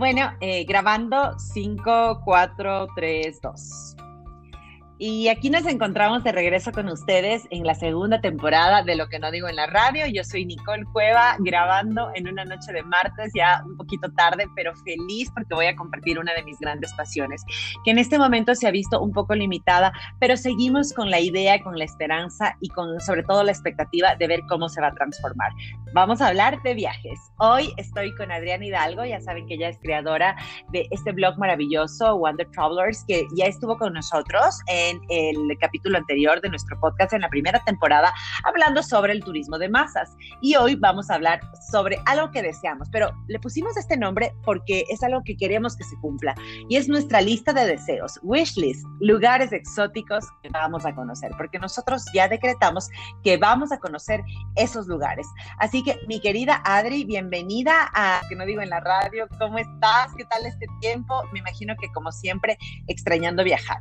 Bueno, grabando 5, 4, 3, 2. Y aquí nos encontramos de regreso con ustedes en la segunda temporada de Lo que no digo en la radio. Yo soy Nicole Cueva, grabando en una noche de martes, ya un poquito tarde, pero feliz porque voy a compartir una de mis grandes pasiones, que en este momento se ha visto un poco limitada, pero seguimos con la idea, con la esperanza y con sobre todo la expectativa de ver cómo se va a transformar. Vamos a hablar de viajes. Hoy estoy con Adriana Hidalgo, ya saben que ella es creadora de este blog maravilloso, Wonder Travelers, que ya estuvo con nosotros en el capítulo anterior de nuestro podcast en la primera temporada, hablando sobre el turismo de masas. Y hoy vamos a hablar sobre algo que deseamos, pero le pusimos este nombre porque es algo que queremos que se cumpla. Y es nuestra lista de deseos, wishlist, lugares exóticos que vamos a conocer, porque nosotros ya decretamos que vamos a conocer esos lugares. Así que, mi querida Adri, bienvenida a Que no digo en la radio. ¿Cómo estás? ¿Qué tal este tiempo? Me imagino que, como siempre, extrañando viajar.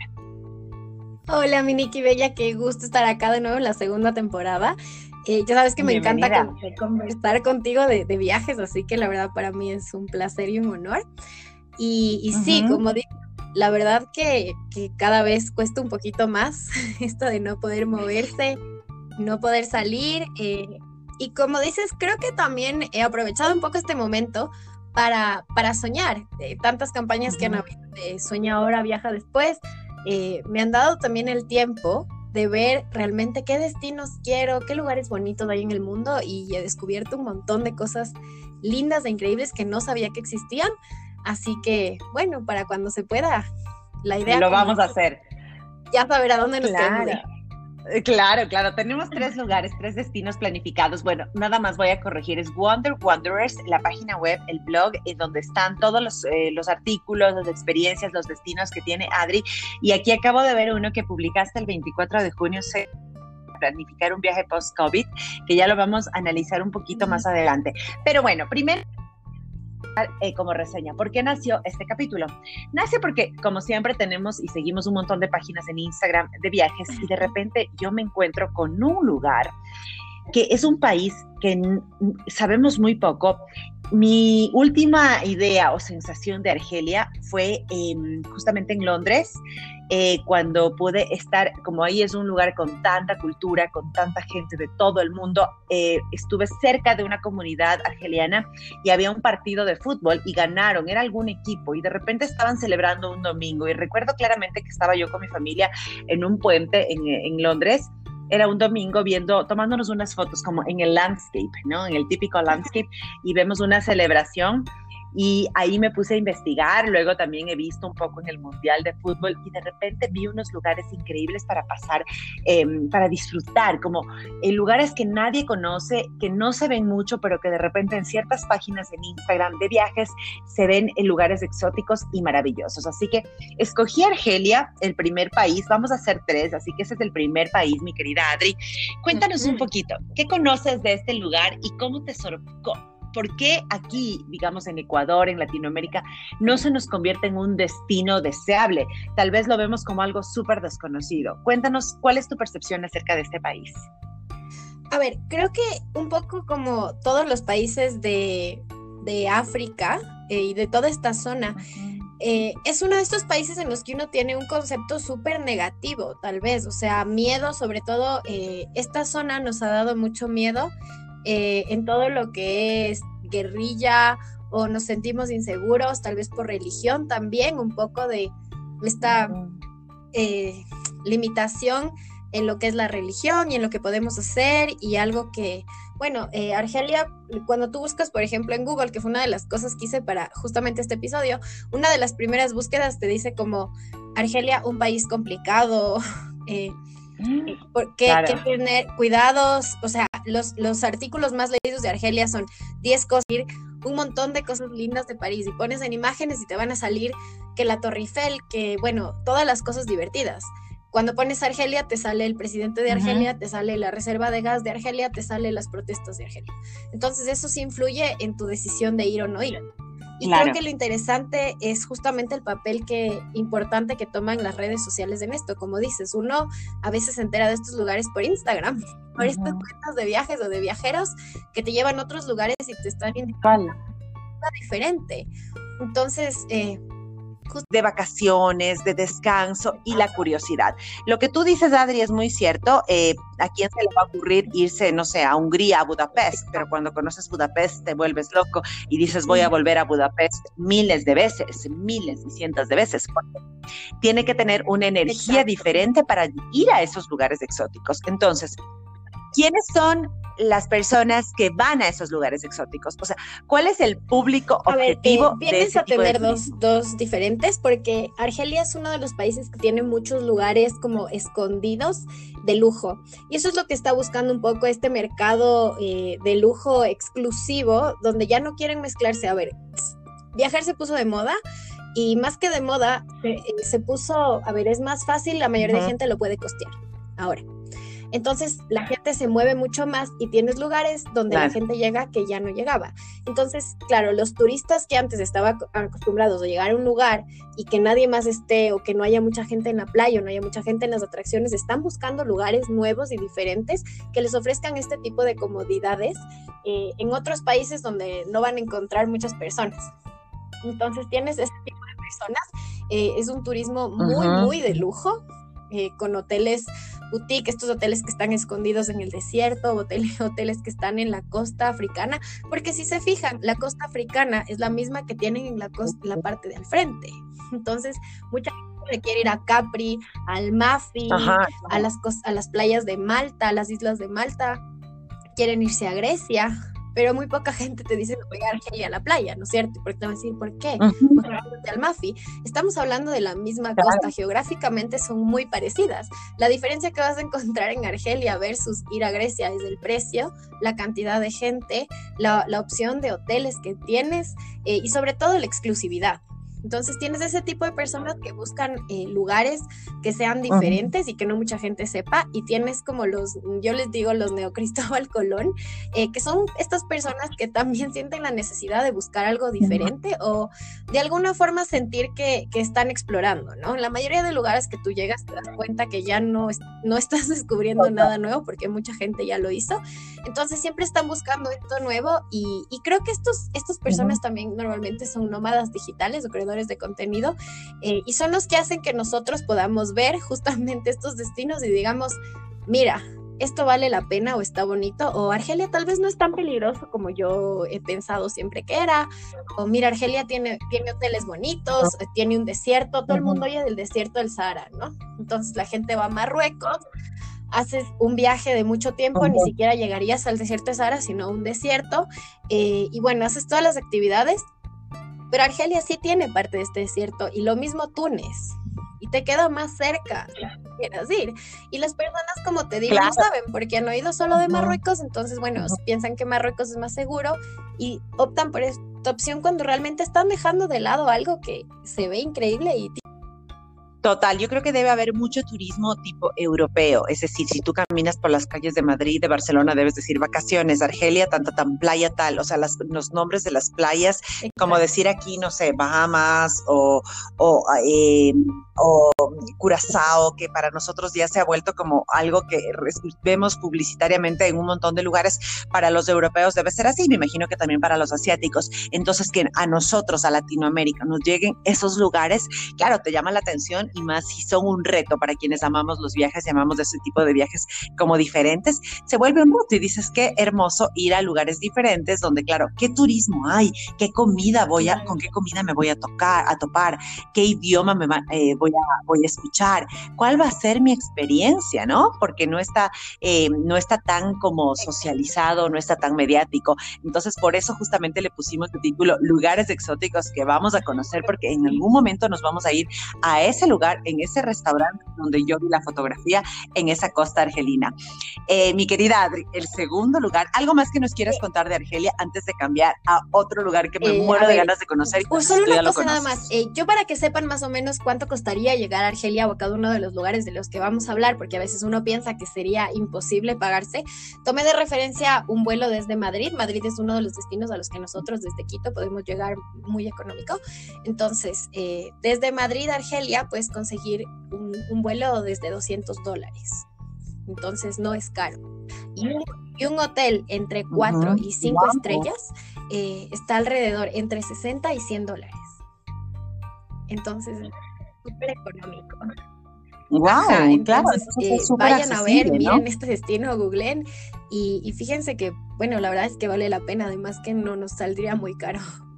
Hola, mi Niki Bella, qué gusto estar acá de nuevo en la segunda temporada. Ya sabes que me encanta conversar contigo de viajes, así que la verdad para mí es un placer y un honor. Y sí, como digo, la verdad que cada vez cuesta un poquito más esto de no poder moverse, no poder salir. Y como dices, creo que también he aprovechado un poco este momento para soñar. Tantas campañas que han habido de Sueña ahora, viaja después. Me han dado también el tiempo de ver realmente qué destinos quiero, qué lugares bonitos hay en el mundo, y he descubierto un montón de cosas lindas e increíbles que no sabía que existían. Así que, bueno, para cuando se pueda, la idea... Lo vamos a hacer. Ya saber a dónde nos quedamos. Claro. Tenemos 3 lugares, 3 destinos planificados. Bueno, nada más voy a corregir. Es Wonder Wanderers, la página web, el blog, donde están todos los artículos, las experiencias, los destinos que tiene Adri. Y aquí acabo de ver uno que publicaste el 24 de junio, planificar un viaje post-COVID, que ya lo vamos a analizar un poquito más adelante. Pero bueno, primero... como reseña. ¿Por qué nació este capítulo? Nace porque, como siempre, tenemos y seguimos un montón de páginas en Instagram de viajes, y de repente yo me encuentro con un lugar que es un país que sabemos muy poco. Mi última idea o sensación de Argelia fue justamente en Londres, cuando pude estar, como ahí es un lugar con tanta cultura, con tanta gente de todo el mundo. Estuve cerca de una comunidad argeliana y había un partido de fútbol y ganaron, era algún equipo, y de repente estaban celebrando un domingo, y recuerdo claramente que estaba yo con mi familia en un puente en Londres. Era un domingo tomándonos unas fotos como en el landscape, ¿no? En el típico landscape, y vemos una celebración. Y ahí me puse a investigar. Luego también he visto un poco en el Mundial de Fútbol, y de repente vi unos lugares increíbles para pasar, para disfrutar, como lugares que nadie conoce, que no se ven mucho, pero que de repente en ciertas páginas en Instagram de viajes se ven en lugares exóticos y maravillosos. Así que escogí Argelia, el primer país. Vamos a hacer 3, así que ese es el primer país, mi querida Adri. Cuéntanos un poquito, ¿qué conoces de este lugar y cómo te sorprendió? ¿Por qué aquí, digamos en Ecuador, en Latinoamérica, no se nos convierte en un destino deseable? Tal vez lo vemos como algo súper desconocido. Cuéntanos, ¿cuál es tu percepción acerca de este país? A ver, creo que un poco como todos los países de África y de toda esta zona, es uno de estos países en los que uno tiene un concepto súper negativo, tal vez. O sea, miedo, sobre todo, esta zona nos ha dado mucho miedo. En todo lo que es guerrilla, o nos sentimos inseguros, tal vez por religión también, un poco de esta limitación en lo que es la religión y en lo que podemos hacer, y algo que, bueno, Argelia, cuando tú buscas, por ejemplo, en Google, que fue una de las cosas que hice para justamente este episodio, una de las primeras búsquedas te dice como Argelia, un país complicado, porque hay que tener cuidados. O sea, los artículos más leídos de Argelia son 10 cosas, un montón de cosas lindas de París, y pones en imágenes y te van a salir que la Torre Eiffel, que bueno, todas las cosas divertidas. Cuando pones Argelia, te sale el presidente de Argelia, te sale la reserva de gas de Argelia, te sale las protestas de Argelia. Entonces eso sí influye en tu decisión de ir o no ir. Y creo que lo interesante es justamente el papel importante que toman las redes sociales en esto. Como dices, uno a veces se entera de estos lugares por Instagram, por estas cuentas de viajes o de viajeros que te llevan a otros lugares y te están indicando una diferente. Entonces, de vacaciones, de descanso y la curiosidad. Lo que tú dices, Adri, es muy cierto. ¿A quién se le va a ocurrir irse, no sé, a Hungría, a Budapest? Pero cuando conoces Budapest te vuelves loco y dices, voy a volver a Budapest miles de veces, miles y cientos de veces. Tiene que tener una energía diferente para ir a esos lugares exóticos. Entonces, ¿quiénes son las personas que van a esos lugares exóticos? O sea, ¿cuál es el público objetivo de ese tipo de turismo? Vienes a tener dos diferentes, porque Argelia es uno de los países que tiene muchos lugares como escondidos de lujo, y eso es lo que está buscando un poco este mercado de lujo exclusivo, donde ya no quieren mezclarse. A ver, viajar se puso de moda, y más que de moda, se puso, a ver, es más fácil, la mayoría de gente lo puede costear ahora. Entonces la gente se mueve mucho más y tienes lugares donde la gente llega que ya no llegaba. Entonces, claro, los turistas que antes estaban acostumbrados a llegar a un lugar y que nadie más esté, o que no haya mucha gente en la playa o no haya mucha gente en las atracciones, están buscando lugares nuevos y diferentes que les ofrezcan este tipo de comodidades en otros países donde no van a encontrar muchas personas. Entonces tienes este tipo de personas. Es un turismo muy de lujo, con hoteles boutique, estos hoteles que están escondidos en el desierto, hoteles que están en la costa africana, porque si se fijan, la costa africana es la misma que tienen en la parte de al frente. Entonces, mucha gente quiere ir a Capri, al Mafi, a las playas de Malta, a las islas de Malta, quieren irse a Grecia, pero muy poca gente te dice, voy a Argelia a la playa, ¿no es cierto? Porque te van a decir, ¿por qué? Porque al Mafi, estamos hablando de la misma costa, geográficamente son muy parecidas. La diferencia que vas a encontrar en Argelia versus ir a Grecia es el precio, la cantidad de gente, la opción de hoteles que tienes, y sobre todo la exclusividad. Entonces tienes ese tipo de personas que buscan lugares que sean diferentes y que no mucha gente sepa, y tienes como yo les digo los Neocristóbal Colón, que son estas personas que también sienten la necesidad de buscar algo diferente o de alguna forma sentir que están explorando, ¿no? En la mayoría de lugares que tú llegas te das cuenta que ya no estás descubriendo nada nuevo porque mucha gente ya lo hizo, entonces siempre están buscando esto nuevo, y creo que estas personas también normalmente son nómadas digitales o creadores de contenido, y son los que hacen que nosotros podamos ver justamente estos destinos y digamos, mira, esto vale la pena o está bonito, o Argelia tal vez no es tan peligroso como yo he pensado siempre que era, o mira, Argelia tiene hoteles bonitos, tiene un desierto, todo el mundo oye del desierto del Sahara, ¿no? Entonces la gente va a Marruecos, haces un viaje de mucho tiempo, ni siquiera llegarías al desierto del Sahara, sino a un desierto, y bueno, haces todas las actividades. Pero Argelia sí tiene parte de este desierto, y lo mismo Túnez, y te queda más cerca si quieras ir. Y las personas, como te digo, no saben porque han oído solo de Marruecos, entonces, bueno, piensan que Marruecos es más seguro y optan por esta opción cuando realmente están dejando de lado algo que se ve increíble y Total, yo creo que debe haber mucho turismo tipo europeo, es decir, si tú caminas por las calles de Madrid, de Barcelona, debes decir vacaciones, Argelia, tan playa tal, o sea, los nombres de las playas, como decir aquí, no sé, Bahamas o Curazao, que para nosotros ya se ha vuelto como algo que vemos publicitariamente en un montón de lugares. Para los europeos debe ser así, me imagino que también para los asiáticos. Entonces, que a nosotros, a Latinoamérica, nos lleguen esos lugares, claro, te llama la atención, y más si son un reto para quienes amamos los viajes, llamamos de ese tipo de viajes como diferentes, se vuelve un reto y dices, qué hermoso ir a lugares diferentes donde, claro, qué turismo hay, qué comida con qué comida me voy a topar, qué idioma voy a escuchar, cuál va a ser mi experiencia, ¿no? Porque no está tan como socializado, no está tan mediático. Entonces, por eso justamente le pusimos el título Lugares exóticos que vamos a conocer, porque en algún momento nos vamos a ir a ese lugar, en ese restaurante donde yo vi la fotografía, en esa costa argelina. Mi querida Adri, el segundo lugar, ¿algo más que nos quieras contar de Argelia antes de cambiar a otro lugar que me muero de ganas de conocer? Solo una cosa nada más, yo para que sepan más o menos cuánto costaría llegar a Argelia o a cada uno de los lugares de los que vamos a hablar, porque a veces uno piensa que sería imposible pagarse, tomé de referencia un vuelo desde Madrid. Madrid es uno de los destinos a los que nosotros desde Quito podemos llegar muy económico. Entonces, desde Madrid a Argelia puedes conseguir un vuelo desde $200. Entonces no es caro. Y un hotel entre 4 y 5 estrellas está alrededor entre $60 y $100. Entonces, es súper económico. Wow, ajá, entonces claro, vayan a ver, ¿no? miren este destino, googleen y fíjense que, bueno, la verdad es que vale la pena, además que no nos saldría muy caro.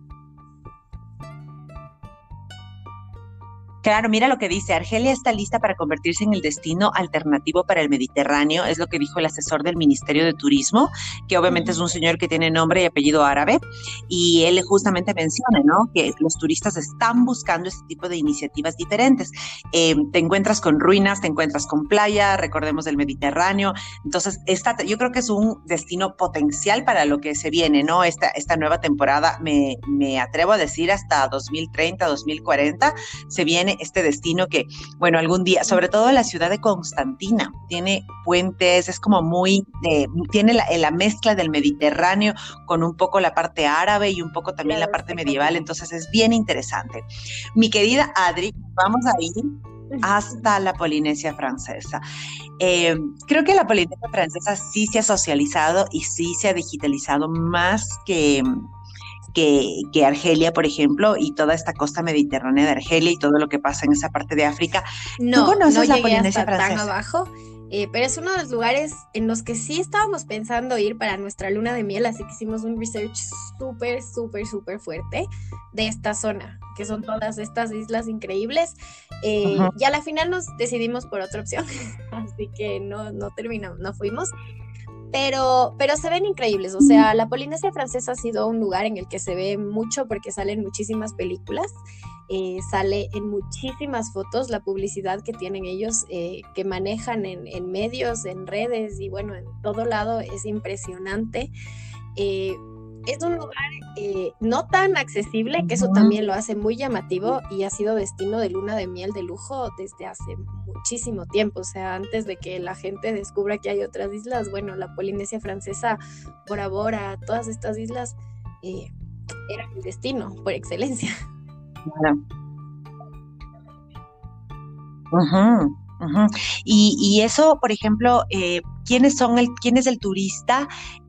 Claro, mira lo que dice, Argelia está lista para convertirse en el destino alternativo para el Mediterráneo, es lo que dijo el asesor del Ministerio de Turismo, que obviamente es un señor que tiene nombre y apellido árabe, y él justamente menciona, ¿no?, que los turistas están buscando este tipo de iniciativas diferentes. Te encuentras con ruinas, te encuentras con playa, recordemos del Mediterráneo, entonces yo creo que es un destino potencial para lo que se viene, ¿no? Esta nueva temporada, me atrevo a decir hasta 2030, 2040, se viene este destino que, bueno, algún día, sobre todo la ciudad de Constantina, tiene puentes, es como muy, tiene la mezcla del Mediterráneo con un poco la parte árabe y un poco también la parte medieval, entonces es bien interesante. Mi querida Adri, vamos a ir hasta la Polinesia Francesa. Creo que la Polinesia Francesa sí se ha socializado y sí se ha digitalizado más que Argelia, por ejemplo, y toda esta costa mediterránea de Argelia y todo lo que pasa en esa parte de África. No, ¿tú conoces la Polinesia Francesa? Tan abajo, pero es uno de los lugares en los que sí estábamos pensando ir para nuestra luna de miel, así que hicimos un research súper, súper, súper fuerte de esta zona, que son todas estas islas increíbles. Y a la final nos decidimos por otra opción, así que no terminamos, no fuimos. Pero se ven increíbles, o sea, la Polinesia Francesa ha sido un lugar en el que se ve mucho porque salen muchísimas películas, sale en muchísimas fotos la publicidad que tienen ellos, que manejan en medios, en redes y bueno, en todo lado, es impresionante. Es un lugar no tan accesible, que eso también lo hace muy llamativo y ha sido destino de luna de miel de lujo desde hace muchísimo tiempo, o sea, antes de que la gente descubra que hay otras islas, bueno, la Polinesia Francesa, Bora Bora, todas estas islas eran el destino por excelencia. Claro. Y eso, por ejemplo, ¿quién es el turista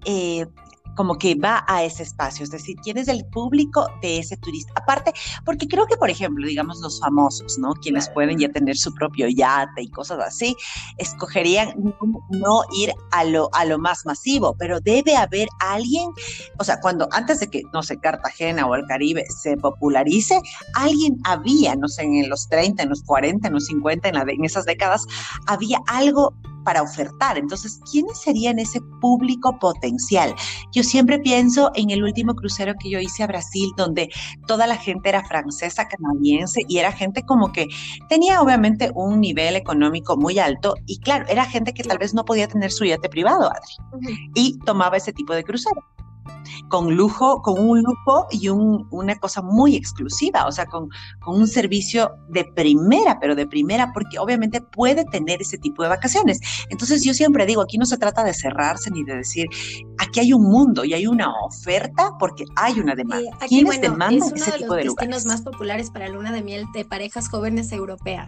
como que va a ese espacio? Es decir, ¿quién es el público de ese turista? Aparte, porque creo que, por ejemplo, digamos los famosos, ¿no?, quienes pueden ya tener su propio yate y cosas así, escogerían no ir a lo más masivo, pero debe haber alguien, o sea, antes de que, no sé, Cartagena o el Caribe se popularice, alguien había, no sé, en los 30, en los 40, en los 50, en esas décadas, había algo para ofertar. Entonces, ¿quiénes serían ese público potencial? Yo siempre pienso en el último crucero que yo hice a Brasil, donde toda la gente era francesa, canadiense, y era gente como que tenía obviamente un nivel económico muy alto, y claro, era gente que tal vez no podía tener su yate privado, Adri, y tomaba ese tipo de crucero. Con un lujo y una cosa muy exclusiva, o sea, con un servicio de primera, pero de primera, porque obviamente puede tener ese tipo de vacaciones. Entonces yo siempre digo, aquí no se trata de cerrarse ni de decir, aquí hay un mundo y hay una oferta porque hay una demanda. Aquí, ¿quiénes demandan ese tipo de lugares? Es uno de los destinos más populares para luna de miel de parejas jóvenes europeas.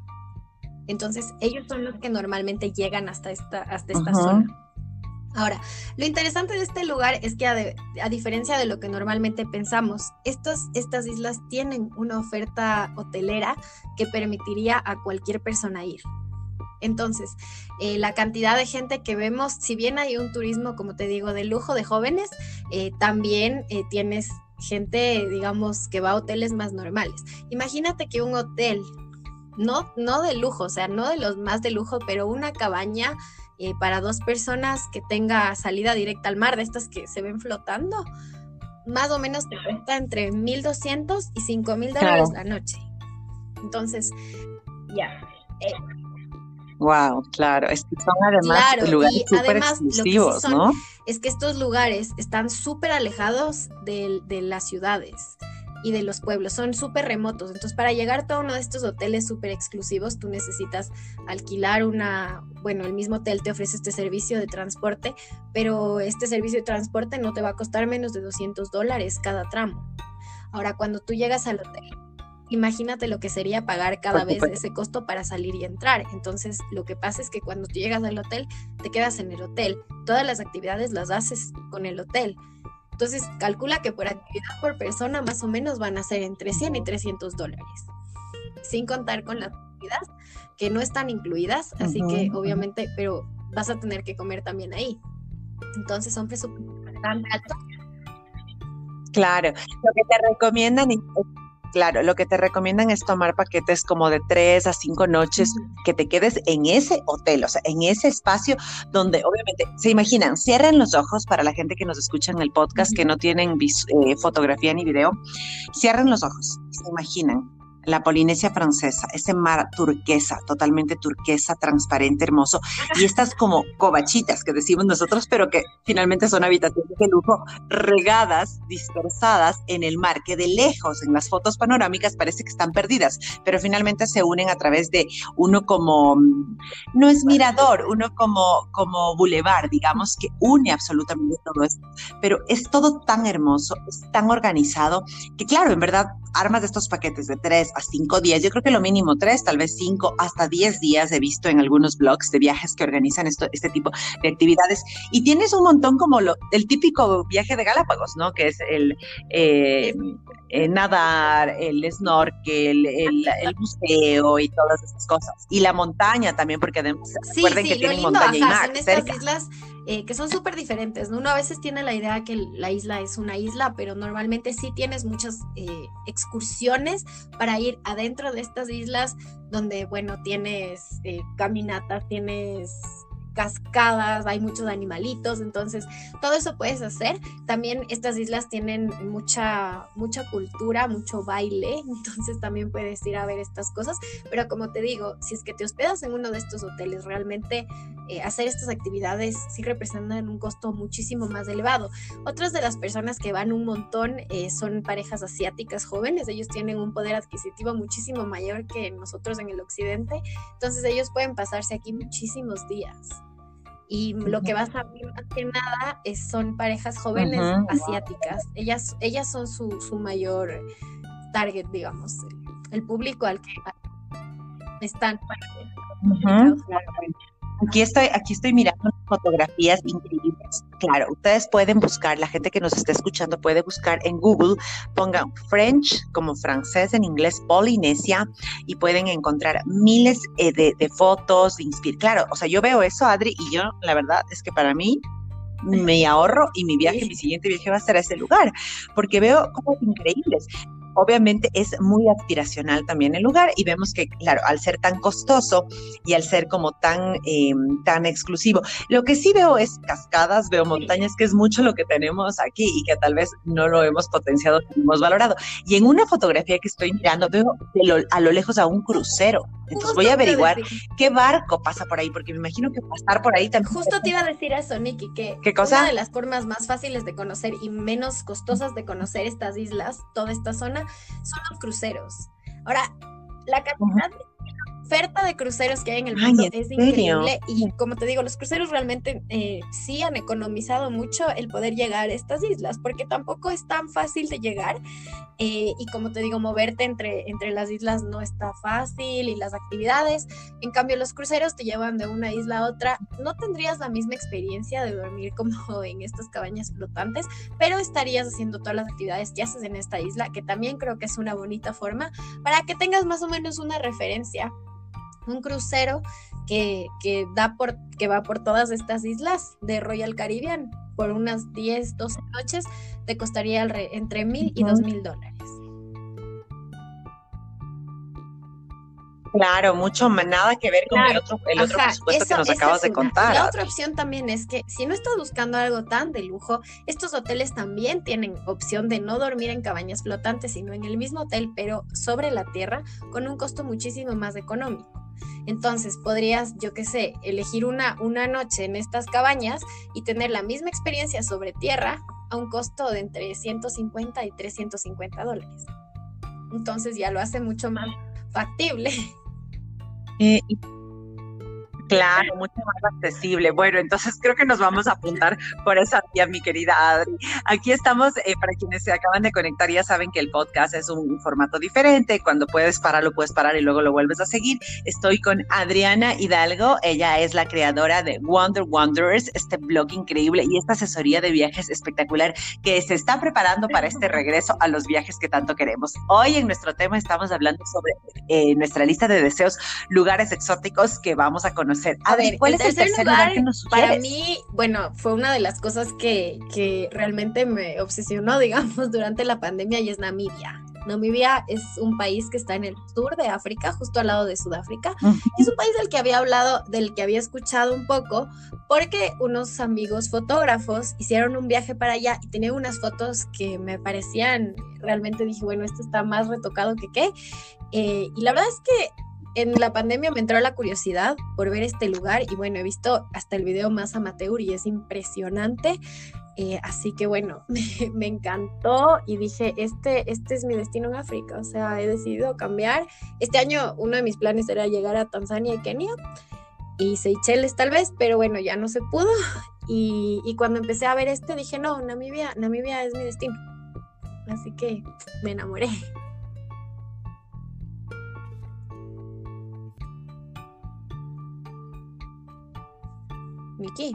Entonces ellos son los que normalmente llegan hasta esta zona. Ahora, lo interesante de este lugar es que a diferencia de lo que normalmente pensamos, estas islas tienen una oferta hotelera que permitiría a cualquier persona ir. Entonces, la cantidad de gente que vemos, si bien hay un turismo, como te digo, de lujo de jóvenes, también tienes gente, digamos, que va a hoteles más normales. Imagínate que un hotel, no de lujo, o sea, no de los más de lujo, pero una cabaña para 2 personas que tenga salida directa al mar, de estas que se ven flotando, más o menos te cuesta entre $1,200 y $5,000 la noche. Entonces, ya. Wow, claro, es que son además lugares súper exclusivos, sí, ¿no? Es que estos lugares están súper alejados de las ciudades y de los pueblos, son súper remotos. Entonces, para llegar a uno de estos hoteles súper exclusivos, tú necesitas alquilar el mismo hotel te ofrece este servicio de transporte, pero este servicio de transporte no te va a costar menos de $200 cada tramo. Ahora, cuando tú llegas al hotel, imagínate lo que sería pagar cada vez ese costo para salir y entrar. Entonces, lo que pasa es que cuando tú llegas al hotel, te quedas en el hotel. Todas las actividades las haces con el hotel. Entonces, calcula que por actividad por persona más o menos van a ser entre $100 y $300. Sin contar con las actividades que no están incluidas, así que obviamente, pero vas a tener que comer también ahí. Entonces, son presupuestos bastante altos. Claro, lo que te recomiendan Claro, lo que te recomiendan es tomar paquetes como de 3 a 5 noches, que te quedes en ese hotel, o sea, en ese espacio donde obviamente, se imaginan, cierren los ojos para la gente que nos escucha en el podcast, que no tienen fotografía ni video, cierren los ojos, se imaginan la Polinesia francesa, ese mar turquesa, totalmente turquesa, transparente, hermoso, y estas como covachitas que decimos nosotros, pero que finalmente son habitaciones de lujo, regadas, dispersadas en el mar, que de lejos en las fotos panorámicas parece que están perdidas, pero finalmente se unen a través de uno como, no es mirador, uno como bulevar, digamos, que une absolutamente todo esto, pero es todo tan hermoso, es tan organizado, que claro, en verdad, armas de estos paquetes de 3 a 5 días, yo creo que lo mínimo 3, tal vez 5, hasta 10 días he visto en algunos blogs de viajes que organizan este tipo de actividades, y tienes un montón como el típico viaje de Galápagos, ¿no? Que es el nadar, el snorkel, el buceo y todas esas cosas, y la montaña también, porque además recuerden que tienen montaña y mar son estas cerca. Islas que son súper diferentes, ¿no? Uno a veces tiene la idea que la isla es una isla, pero normalmente sí tienes muchas excursiones para ir adentro de estas islas, donde, bueno, tienes caminatas, tienes cascadas, hay muchos animalitos, entonces todo eso puedes hacer. También estas islas tienen mucha cultura, mucho baile, entonces también puedes ir a ver estas cosas, pero como te digo, si es que te hospedas en uno de estos hoteles, realmente hacer estas actividades sí representan un costo muchísimo más elevado. Otras de las personas que van un montón son parejas asiáticas jóvenes, ellos tienen un poder adquisitivo muchísimo mayor que nosotros en el occidente, entonces ellos pueden pasarse aquí muchísimos días. Y lo que vas a ver más que nada son parejas jóvenes asiáticas. Ellas son su mayor target, digamos, el público al que están. Aquí estoy mirando fotografías increíbles. Claro, ustedes pueden buscar, la gente que nos está escuchando puede buscar en Google, pongan French como francés, en inglés Polinesia, y pueden encontrar miles de fotos, claro, o sea, yo veo eso, Adri, y yo, la verdad es que para mí, me ahorro y mi siguiente viaje va a ser a ese lugar, porque veo cosas increíbles. Obviamente es muy aspiracional también el lugar, y vemos que, claro, al ser tan costoso y al ser como tan exclusivo, lo que sí veo es cascadas, veo montañas, que es mucho lo que tenemos aquí y que tal vez no lo hemos potenciado, no hemos valorado. Y en una fotografía que estoy mirando, veo a lo lejos a un crucero. Entonces voy a averiguar qué barco pasa por ahí, porque me imagino que pasar por ahí también. Justo te iba a decir eso, Nikki, que ¿qué cosa? Una de las formas más fáciles de conocer y menos costosas de conocer estas islas, toda esta zona, son los cruceros. Ahora, la cantidad de oferta de cruceros que hay en el mundo es increíble, y como te digo, los cruceros realmente sí han economizado mucho el poder llegar a estas islas, porque tampoco es tan fácil de llegar, y como te digo, moverte entre las islas no está fácil, y las actividades, en cambio los cruceros te llevan de una isla a otra. No tendrías la misma experiencia de dormir como en estas cabañas flotantes, pero estarías haciendo todas las actividades que haces en esta isla, que también creo que es una bonita forma para que tengas más o menos una referencia. Un crucero que va por todas estas islas de Royal Caribbean por unas 10, 12 noches te costaría entre $1,000 y $2,000. Claro, mucho nada que ver con el otro presupuesto que nos acabas de contar. La otra opción también es que si no estás buscando algo tan de lujo, estos hoteles también tienen opción de no dormir en cabañas flotantes, sino en el mismo hotel, pero sobre la tierra, con un costo muchísimo más económico. Entonces podrías, yo qué sé, elegir una noche en estas cabañas y tener la misma experiencia sobre tierra a un costo de entre $150 y $350. Entonces ya lo hace mucho más factible. Claro, mucho más accesible. Bueno, entonces creo que nos vamos a apuntar por esa vía, mi querida Adri. Aquí estamos, para quienes se acaban de conectar, ya saben que el podcast es un formato diferente. Cuando puedes parar y luego lo vuelves a seguir. Estoy con Adriana Hidalgo. Ella es la creadora de Wonder Wanderers, este blog increíble y esta asesoría de viajes espectacular que se está preparando para este regreso a los viajes que tanto queremos. Hoy en nuestro tema estamos hablando sobre nuestra lista de deseos, lugares exóticos que vamos a conocer. A ver, ¿cuál es el tercer lugar que nos sugieres? Para mí, bueno, fue una de las cosas que realmente me obsesionó, digamos, durante la pandemia, y es Namibia. Namibia es un país que está en el sur de África, justo al lado de Sudáfrica. Es un país del que había hablado, del que había escuchado un poco, porque unos amigos fotógrafos hicieron un viaje para allá y tenían unas fotos que me parecían, realmente dije, bueno, esto está más retocado que qué. Y la verdad es que en la pandemia me entró la curiosidad por ver este lugar y bueno, he visto hasta el video más amateur y es impresionante. Así que bueno, me encantó y dije, este es mi destino en África, o sea, he decidido cambiar. Este año uno de mis planes era llegar a Tanzania y Kenia y Seychelles tal vez, pero bueno, ya no se pudo. Y cuando empecé a ver dije, no, Namibia es mi destino. Así que me enamoré. Nikki.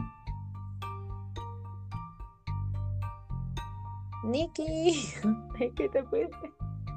¿Qué te fuiste?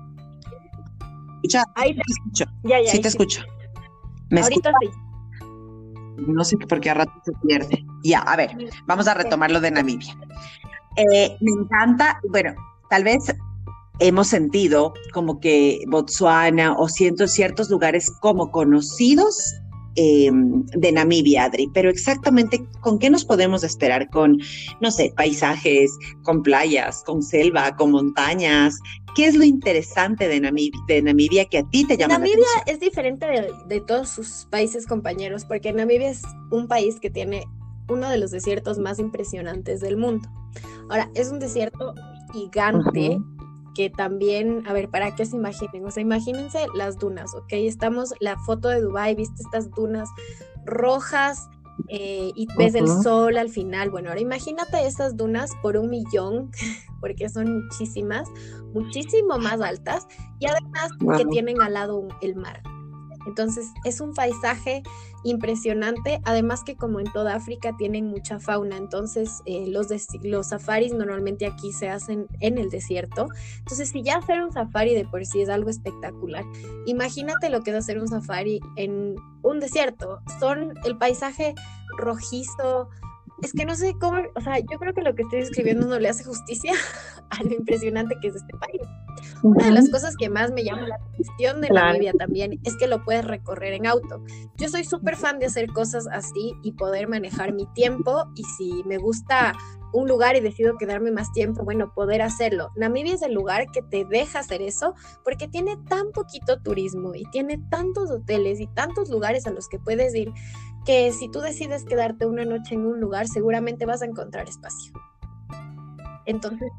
Escucha, ahí te escucho. Ya, sí te escucho. ¿Me ahorita escucha? Sí. No sé por qué a rato se pierde. Ya, a ver, vamos a retomar lo de Namibia. Me encanta, bueno, tal vez hemos sentido como que Botsuana o ciertos lugares como conocidos de Namibia, Adri, pero exactamente ¿con qué nos podemos esperar? Con, no sé, paisajes, con playas, con selva, con montañas. ¿Qué es lo interesante de Namibia que a ti te llama la atención? Namibia es diferente de todos sus países compañeros, porque Namibia es un país que tiene uno de los desiertos más impresionantes del mundo. Ahora, es un desierto gigante, que también, a ver, para que se imaginen, o sea, imagínense las dunas, ¿ok? Estamos, la foto de Dubái, ¿viste estas dunas rojas? Y ves el sol al final. Bueno, ahora imagínate esas dunas por 1,000,000, porque son muchísimo más altas, y además que tienen al lado el mar. Entonces es un paisaje impresionante, además que como en toda África tienen mucha fauna, entonces los safaris normalmente aquí se hacen en el desierto. Entonces si ya hacer un safari de por sí es algo espectacular, imagínate lo que es hacer un safari en un desierto. Son el paisaje rojizo, es que no sé cómo, o sea, yo creo que lo que estoy describiendo no le hace justicia a lo impresionante que es este país. Una de las cosas que más me llama la atención de Namibia también es que lo puedes recorrer en auto. Yo soy súper fan de hacer cosas así y poder manejar mi tiempo, y si me gusta un lugar y decido quedarme más tiempo, bueno, poder hacerlo. Namibia es el lugar que te deja hacer eso porque tiene tan poquito turismo y tiene tantos hoteles y tantos lugares a los que puedes ir, que si tú decides quedarte una noche en un lugar, seguramente vas a encontrar espacio. Entonces,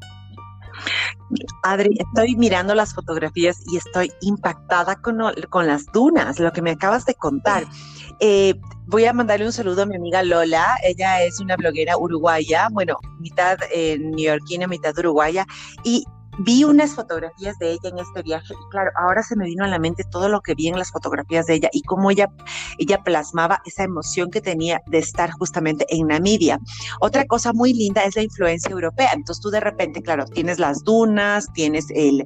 Adri, estoy mirando las fotografías y estoy impactada con las dunas, lo que me acabas de contar. Voy a mandarle un saludo a mi amiga Lola. Ella es una bloguera uruguaya, bueno, mitad neoyorquina, mitad uruguaya, y vi unas fotografías de ella en este viaje y claro, ahora se me vino a la mente todo lo que vi en las fotografías de ella y cómo ella plasmaba esa emoción que tenía de estar justamente en Namibia. Otra cosa muy linda es la influencia europea. Entonces tú de repente, claro, tienes las dunas, tienes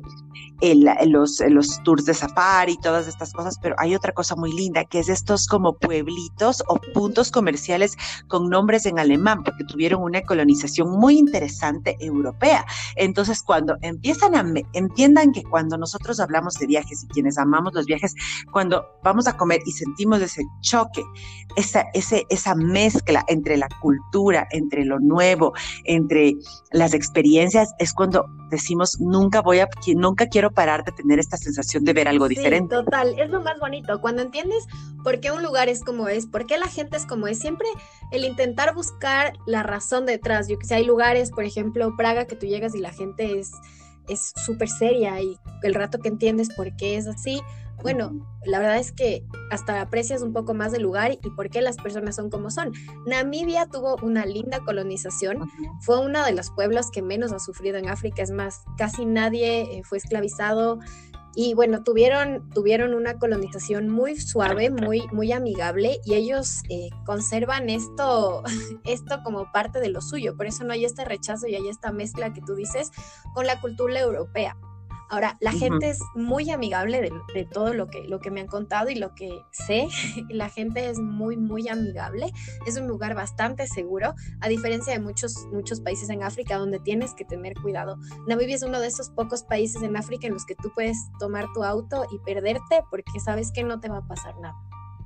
los tours de safari y todas estas cosas, pero hay otra cosa muy linda que es estos como pueblitos o puntos comerciales con nombres en alemán, porque tuvieron una colonización muy interesante europea. Entonces cuando entiendan que cuando nosotros hablamos de viajes y quienes amamos los viajes, cuando vamos a comer y sentimos ese choque, esa mezcla entre la cultura, entre lo nuevo, entre las experiencias, es cuando decimos nunca quiero parar de tener esta sensación de ver algo diferente. Total, es lo más bonito, cuando entiendes por qué un lugar es como es, por qué la gente es como es, siempre el intentar buscar la razón detrás. Yo que sé, hay lugares, por ejemplo, Praga, que tú llegas y la gente es súper seria, y el rato que entiendes por qué es así, bueno, la verdad es que hasta aprecias un poco más del lugar y por qué las personas son como son. Namibia tuvo una linda colonización, fue uno de los pueblos que menos ha sufrido en África, es más, casi nadie fue esclavizado. Y bueno, tuvieron una colonización muy suave, muy amigable, y ellos conservan esto como parte de lo suyo. Por eso no hay este rechazo y hay esta mezcla que tú dices con la cultura europea. Ahora, la gente es muy amigable de todo lo que me han contado y lo que sé. La gente es muy amigable. Es un lugar bastante seguro, a diferencia de muchos países en África donde tienes que tener cuidado. Namibia es uno de esos pocos países en África en los que tú puedes tomar tu auto y perderte porque sabes que no te va a pasar nada.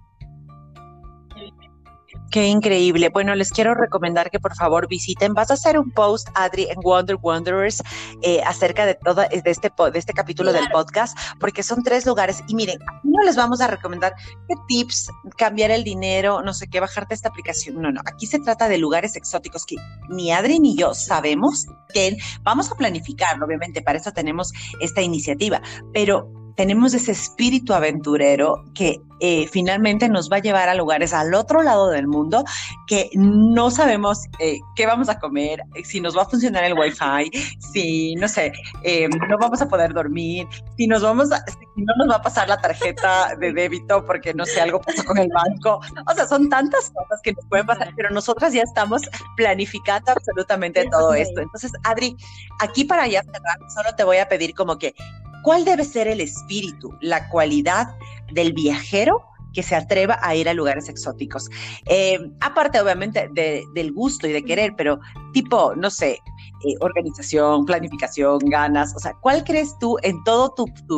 Qué increíble. Bueno, les quiero recomendar que por favor visiten. Vas a hacer un post, Adri, en Wonder Wanderers acerca de todo de este capítulo del podcast, porque son 3 lugares. Y miren, aquí no les vamos a recomendar qué tips, cambiar el dinero, no sé qué, bajarte esta aplicación. No. Aquí se trata de lugares exóticos que ni Adri ni yo sabemos que vamos a planificarlo, obviamente, para eso tenemos esta iniciativa, pero tenemos ese espíritu aventurero que finalmente nos va a llevar a lugares al otro lado del mundo que no sabemos qué vamos a comer, si nos va a funcionar el wifi, si, no sé, no vamos a poder dormir, si no nos va a pasar la tarjeta de débito porque, no sé, algo pasó con el banco. O sea, son tantas cosas que nos pueden pasar, pero nosotras ya estamos planificando absolutamente todo esto. Entonces, Adri, aquí para ya cerrar, solo te voy a pedir como que, ¿cuál debe ser el espíritu, la cualidad del viajero que se atreva a ir a lugares exóticos? Aparte, obviamente, del gusto y de querer, pero tipo, no sé, organización, planificación, ganas, o sea, ¿cuál crees tú en todo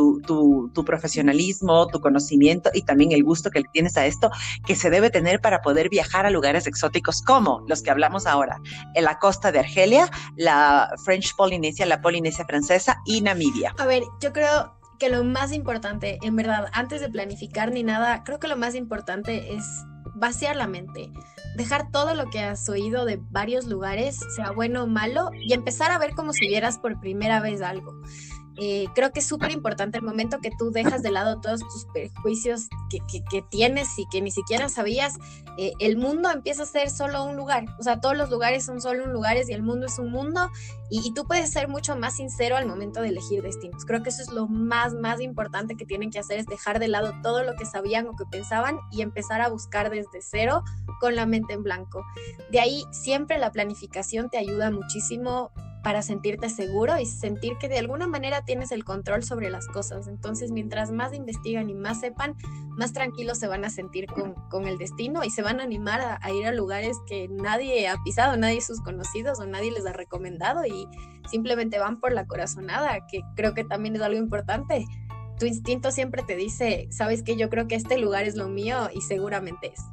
tu profesionalismo, tu conocimiento y también el gusto que le tienes a esto que se debe tener para poder viajar a lugares exóticos como los que hablamos ahora, en la costa de Argelia, la French Polinesia, la Polinesia francesa y Namibia? A ver, yo creo que lo más importante, en verdad, antes de planificar ni nada, creo que lo más importante es vaciar la mente, dejar todo lo que has oído de varios lugares, sea bueno o malo, y empezar a ver como si vieras por primera vez algo. Creo que es súper importante el momento que tú dejas de lado todos tus prejuicios que tienes y que ni siquiera sabías. El mundo empieza a ser solo un lugar, o sea, todos los lugares son solo un lugares y el mundo es un mundo, y tú puedes ser mucho más sincero al momento de elegir destinos. Creo que eso es lo más importante que tienen que hacer, es dejar de lado todo lo que sabían o que pensaban y empezar a buscar desde cero con la mente en blanco. De ahí siempre la planificación te ayuda muchísimo para sentirte seguro y sentir que de alguna manera tienes el control sobre las cosas. Entonces, mientras más investigan y más sepan, más tranquilos se van a sentir con el destino y se van a animar a ir a lugares que nadie ha pisado, nadie de sus conocidos o nadie les ha recomendado, y simplemente van por la corazonada, que creo que también es algo importante. Tu instinto siempre te dice, sabes que yo creo que este lugar es lo mío, y seguramente es.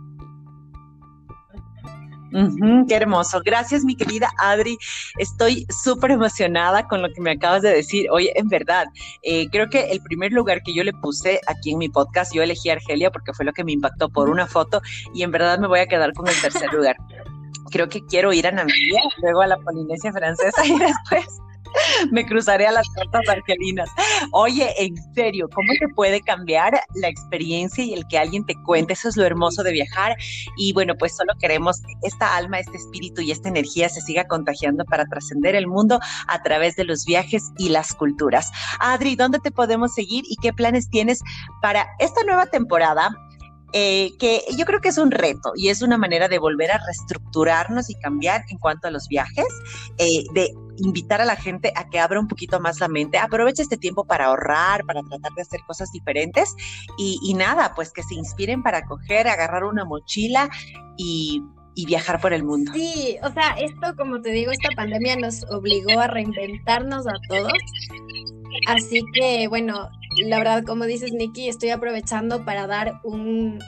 Qué hermoso. Gracias, mi querida Adri. Estoy súper emocionada con lo que me acabas de decir. Oye, en verdad, creo que el primer lugar que yo le puse aquí en mi podcast, yo elegí Argelia porque fue lo que me impactó por una foto, y en verdad me voy a quedar con el tercer lugar. Creo que quiero ir a Namibia, luego a la Polinesia francesa y después me cruzaré a las costas argelinas. Oye, en serio, ¿cómo te puede cambiar la experiencia y el que alguien te cuente? Eso es lo hermoso de viajar. Y bueno, pues solo queremos que esta alma, este espíritu y esta energía se siga contagiando para trascender el mundo a través de los viajes y las culturas. Adri, ¿dónde te podemos seguir y qué planes tienes para esta nueva temporada? Que yo creo que es un reto y es una manera de volver a reestructurarnos y cambiar en cuanto a los viajes, de invitar a la gente a que abra un poquito más la mente, aproveche este tiempo para ahorrar, para tratar de hacer cosas diferentes y nada, pues que se inspiren para agarrar una mochila y viajar por el mundo. Sí, o sea, esto, como te digo, esta pandemia nos obligó a reinventarnos a todos. Así que, bueno, la verdad, como dices, Nikki, estoy aprovechando para dar un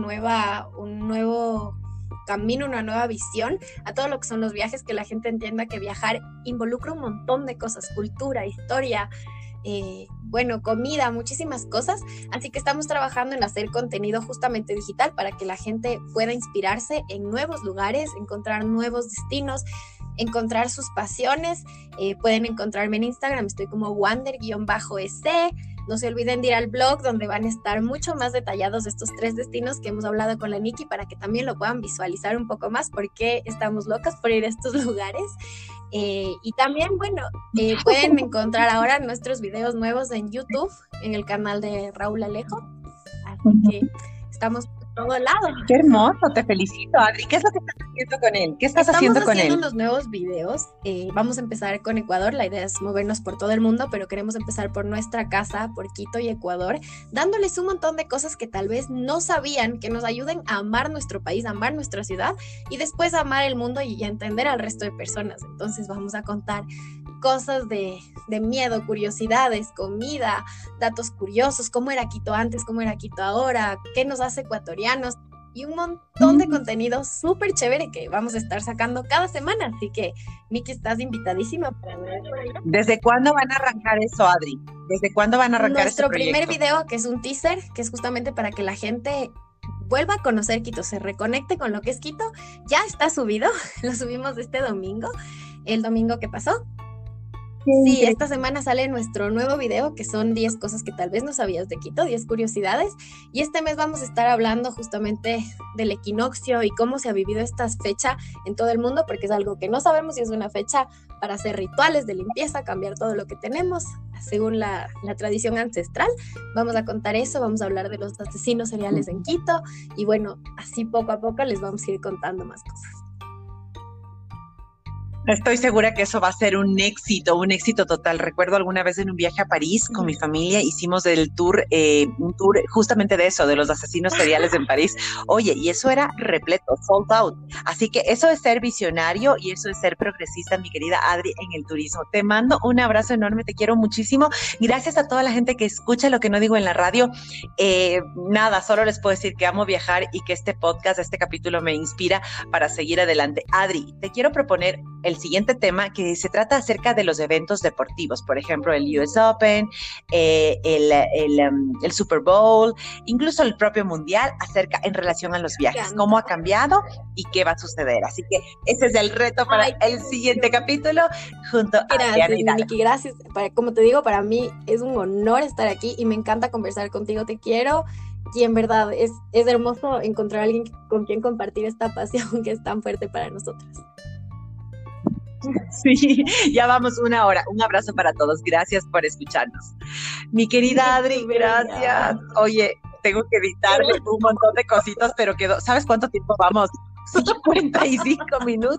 nuevo camino, una nueva visión a todo lo que son los viajes, que la gente entienda que viajar involucra un montón de cosas, cultura, historia, comida, muchísimas cosas. Así que estamos trabajando en hacer contenido justamente digital para que la gente pueda inspirarse en nuevos lugares, encontrar nuevos destinos, encontrar sus pasiones. Pueden encontrarme en Instagram, estoy como wander_ec. No se olviden de ir al blog donde van a estar mucho más detallados estos 3 destinos que hemos hablado con la Nikki para que también lo puedan visualizar un poco más porque estamos locas por ir a estos lugares. Y también, bueno, pueden encontrar ahora nuestros videos nuevos en YouTube, en el canal de Raúl Alejo. Así que estamos por todo lado. ¡Qué hermoso! Te felicito, Adri. ¿Qué es lo que estás haciendo con él? ¿Qué estás haciendo con él? Estamos haciendo unos nuevos videos. Vamos a empezar con Ecuador. La idea es movernos por todo el mundo, pero queremos empezar por nuestra casa, por Quito y Ecuador, dándoles un montón de cosas que tal vez no sabían, que nos ayuden a amar nuestro país, a amar nuestra ciudad y después a amar el mundo y a entender al resto de personas. Entonces vamos a contar cosas de miedo, curiosidades, comida, datos curiosos, cómo era Quito antes, cómo era Quito ahora, qué nos hace ecuatorianos y un montón de contenido súper chévere que vamos a estar sacando cada semana. Así que, Nikki, estás invitadísima para ver por allá. ¿Desde cuándo van a arrancar eso, Adri? ¿Desde cuándo van a arrancar nuestro ese primer video, que es un teaser, que es justamente para que la gente vuelva a conocer Quito, se reconecte con lo que es Quito, ya está subido. Lo subimos este domingo, el domingo que pasó. Sí, esta semana sale nuestro nuevo video, que son 10 cosas que tal vez no sabías de Quito, 10 curiosidades, y este mes vamos a estar hablando justamente del equinoccio y cómo se ha vivido esta fecha en todo el mundo, porque es algo que no sabemos y es una fecha para hacer rituales de limpieza, cambiar todo lo que tenemos, según la tradición ancestral. Vamos a contar eso, vamos a hablar de los asesinos seriales en Quito, y bueno, así poco a poco les vamos a ir contando más cosas. Estoy segura que eso va a ser un éxito total. Recuerdo alguna vez en un viaje a París con mi familia, hicimos un tour justamente de eso, de los asesinos seriales en París. Oye, y eso era repleto, sold out. Así que eso es ser visionario y eso es ser progresista, mi querida Adri, en el turismo. Te mando un abrazo enorme, te quiero muchísimo. Gracias a toda la gente que escucha lo que no digo en la radio. Nada, solo les puedo decir que amo viajar y que este podcast, este capítulo me inspira para seguir adelante. Adri, te quiero proponer el siguiente tema, que se trata acerca de los eventos deportivos, por ejemplo, el US Open, el Super Bowl, incluso el propio Mundial, en relación a los viajes, cómo ha cambiado y qué va a suceder. Así que ese es el reto para el siguiente capítulo junto a Gracias, Nikki, gracias. Como te digo, para mí es un honor estar aquí y me encanta conversar contigo, te quiero. Y en verdad es hermoso encontrar a alguien con quien compartir esta pasión que es tan fuerte para nosotros. Sí, ya vamos 1 hora. Un abrazo para todos. Gracias por escucharnos. Mi querida Adri, gracias. Oye, tengo que editarle un montón de cositas, pero quedó. ¿Sabes cuánto tiempo vamos? 55 minutos.